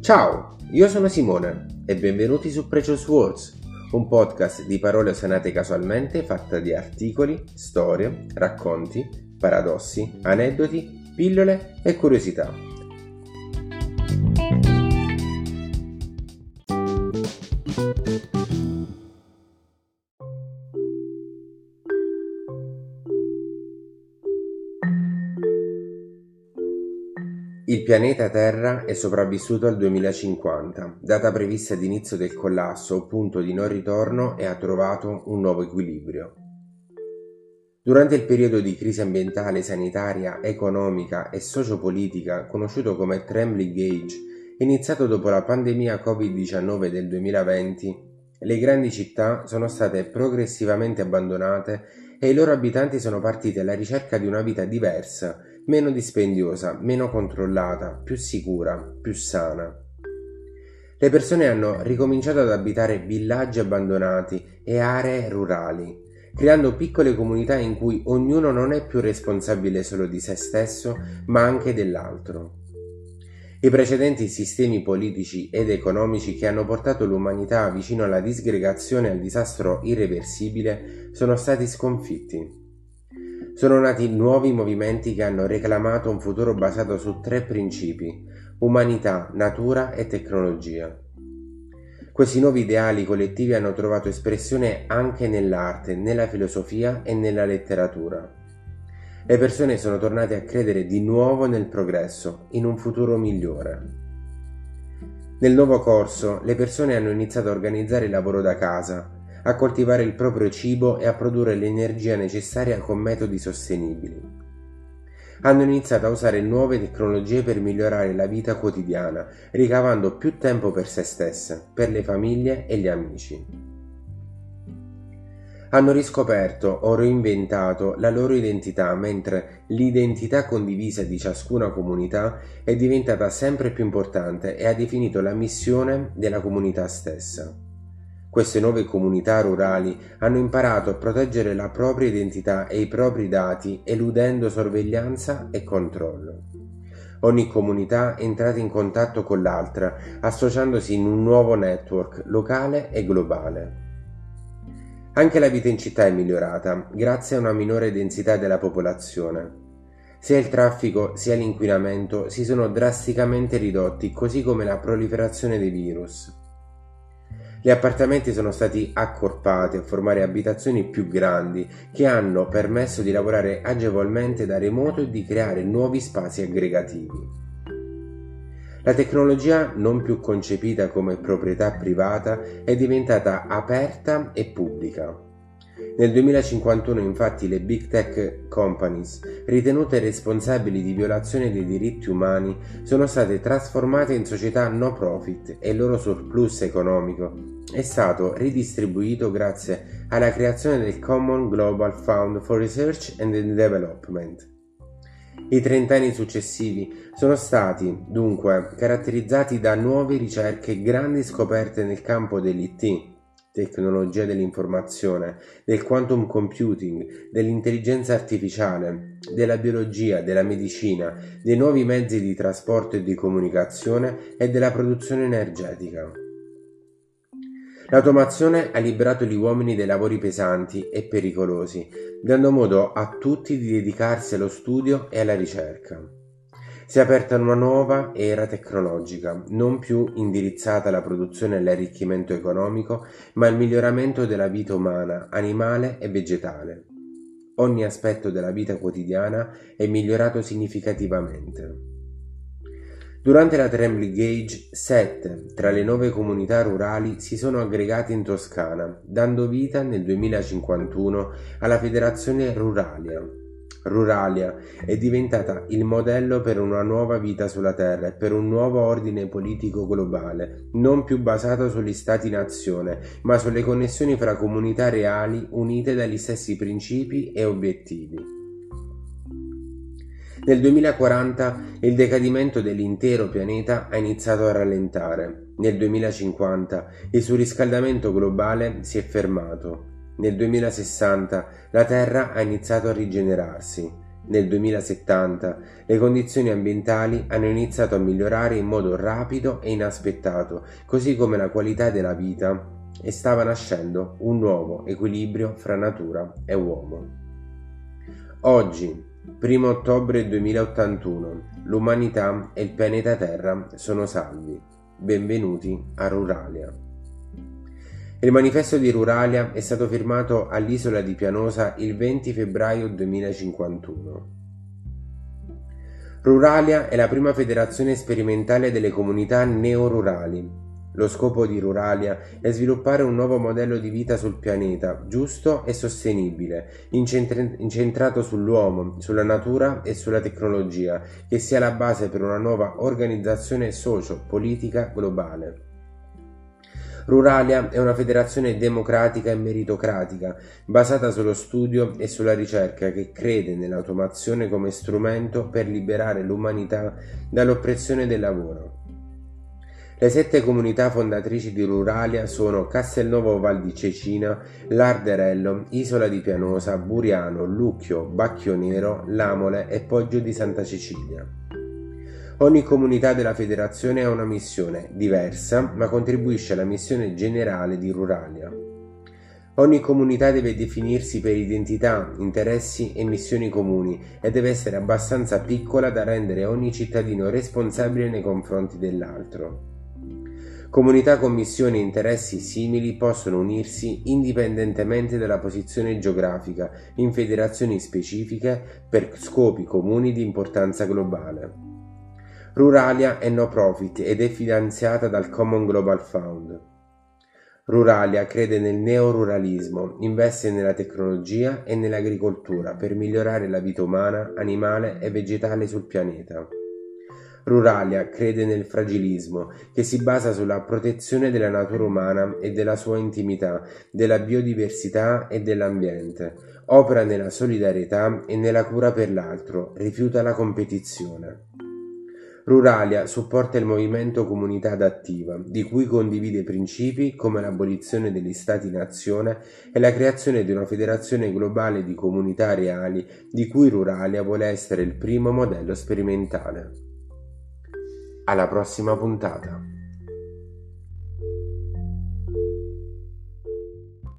Ciao, io sono Simone e benvenuti su Precious Words, un podcast di parole usate casualmente fatta di articoli, storie, racconti, paradossi, aneddoti, pillole e curiosità. Il pianeta Terra è sopravvissuto al 2050, data prevista di inizio del collasso o punto di non ritorno, e ha trovato un nuovo equilibrio. Durante il periodo di crisi ambientale, sanitaria, economica e sociopolitica, conosciuto come Trembling Gauge, iniziato dopo la pandemia Covid-19 del 2020, le grandi città sono state progressivamente abbandonate e i loro abitanti sono partiti alla ricerca di una vita diversa, meno dispendiosa, meno controllata, più sicura, più sana. Le persone hanno ricominciato ad abitare villaggi abbandonati e aree rurali, creando piccole comunità in cui ognuno non è più responsabile solo di se stesso, ma anche dell'altro. I precedenti sistemi politici ed economici che hanno portato l'umanità vicino alla disgregazione e al disastro irreversibile sono stati sconfitti. Sono nati nuovi movimenti che hanno reclamato un futuro basato su 3 principi: umanità, natura e tecnologia. Questi nuovi ideali collettivi hanno trovato espressione anche nell'arte, nella filosofia e nella letteratura. Le persone sono tornate a credere di nuovo nel progresso, in un futuro migliore. Nel nuovo corso, le persone hanno iniziato a organizzare il lavoro da casa, a coltivare il proprio cibo e a produrre l'energia necessaria con metodi sostenibili. Hanno iniziato a usare nuove tecnologie per migliorare la vita quotidiana, ricavando più tempo per se stesse, per le famiglie e gli amici. Hanno riscoperto o reinventato la loro identità, mentre l'identità condivisa di ciascuna comunità è diventata sempre più importante e ha definito la missione della comunità stessa. Queste nuove comunità rurali hanno imparato a proteggere la propria identità e i propri dati, eludendo sorveglianza e controllo. Ogni comunità è entrata in contatto con l'altra, associandosi in un nuovo network locale e globale. Anche la vita in città è migliorata, grazie a una minore densità della popolazione. Sia il traffico sia l'inquinamento si sono drasticamente ridotti, così come la proliferazione dei virus. Gli appartamenti sono stati accorpati a formare abitazioni più grandi che hanno permesso di lavorare agevolmente da remoto e di creare nuovi spazi aggregativi. La tecnologia, non più concepita come proprietà privata, è diventata aperta e pubblica. Nel 2051, infatti, le big tech companies, ritenute responsabili di violazione dei diritti umani, sono state trasformate in società no profit e il loro surplus economico è stato ridistribuito grazie alla creazione del Common Global Fund for Research and Development. I 30 anni successivi sono stati, dunque, caratterizzati da nuove ricerche e grandi scoperte nel campo dell'IT, tecnologia dell'informazione, del quantum computing, dell'intelligenza artificiale, della biologia, della medicina, dei nuovi mezzi di trasporto e di comunicazione e della produzione energetica. L'automazione ha liberato gli uomini dai lavori pesanti e pericolosi, dando modo a tutti di dedicarsi allo studio e alla ricerca. Si è aperta una nuova era tecnologica, non più indirizzata alla produzione e all'arricchimento economico, ma al miglioramento della vita umana, animale e vegetale. Ogni aspetto della vita quotidiana è migliorato significativamente. Durante la Trembling Gauge, 7 tra le 9 comunità rurali si sono aggregate in Toscana, dando vita nel 2051 alla Federazione Ruralia. Ruralia è diventata il modello per una nuova vita sulla Terra e per un nuovo ordine politico globale, non più basato sugli stati-nazione, ma sulle connessioni fra comunità reali unite dagli stessi principi e obiettivi. Nel 2040 il decadimento dell'intero pianeta ha iniziato a rallentare. Nel 2050 il surriscaldamento globale si è fermato. Nel 2060 la Terra ha iniziato a rigenerarsi. Nel 2070 le condizioni ambientali hanno iniziato a migliorare in modo rapido e inaspettato, così come la qualità della vita, e stava nascendo un nuovo equilibrio fra natura e uomo. Oggi, 1 ottobre 2081, l'umanità e il pianeta Terra sono salvi. Benvenuti a Ruralia. Il manifesto di Ruralia è stato firmato all'isola di Pianosa il 20 febbraio 2051. Ruralia è la prima federazione sperimentale delle comunità neorurali. Lo scopo di Ruralia è sviluppare un nuovo modello di vita sul pianeta, giusto e sostenibile, incentrato sull'uomo, sulla natura e sulla tecnologia, che sia la base per una nuova organizzazione socio-politica globale. Ruralia è una federazione democratica e meritocratica, basata sullo studio e sulla ricerca, che crede nell'automazione come strumento per liberare l'umanità dall'oppressione del lavoro. Le 7 comunità fondatrici di Ruralia sono Castelnuovo Val di Cecina, Larderello, Isola di Pianosa, Buriano, Lucchio, Bacchio Nero, Lamole e Poggio di Santa Cecilia. Ogni comunità della federazione ha una missione diversa, ma contribuisce alla missione generale di Ruralia. Ogni comunità deve definirsi per identità, interessi e missioni comuni e deve essere abbastanza piccola da rendere ogni cittadino responsabile nei confronti dell'altro. Comunità con missioni e interessi simili possono unirsi indipendentemente dalla posizione geografica in federazioni specifiche per scopi comuni di importanza globale. Ruralia è no profit ed è finanziata dal Common Global Fund. Ruralia crede nel neoruralismo, investe nella tecnologia e nell'agricoltura per migliorare la vita umana, animale e vegetale sul pianeta. Ruralia crede nel fragilismo, che si basa sulla protezione della natura umana e della sua intimità, della biodiversità e dell'ambiente. Opera nella solidarietà e nella cura per l'altro, rifiuta la competizione. Ruralia supporta il movimento Comunità Adattiva, di cui condivide principi come l'abolizione degli Stati-nazione e la creazione di una federazione globale di comunità reali, di cui Ruralia vuole essere il primo modello sperimentale. Alla prossima puntata.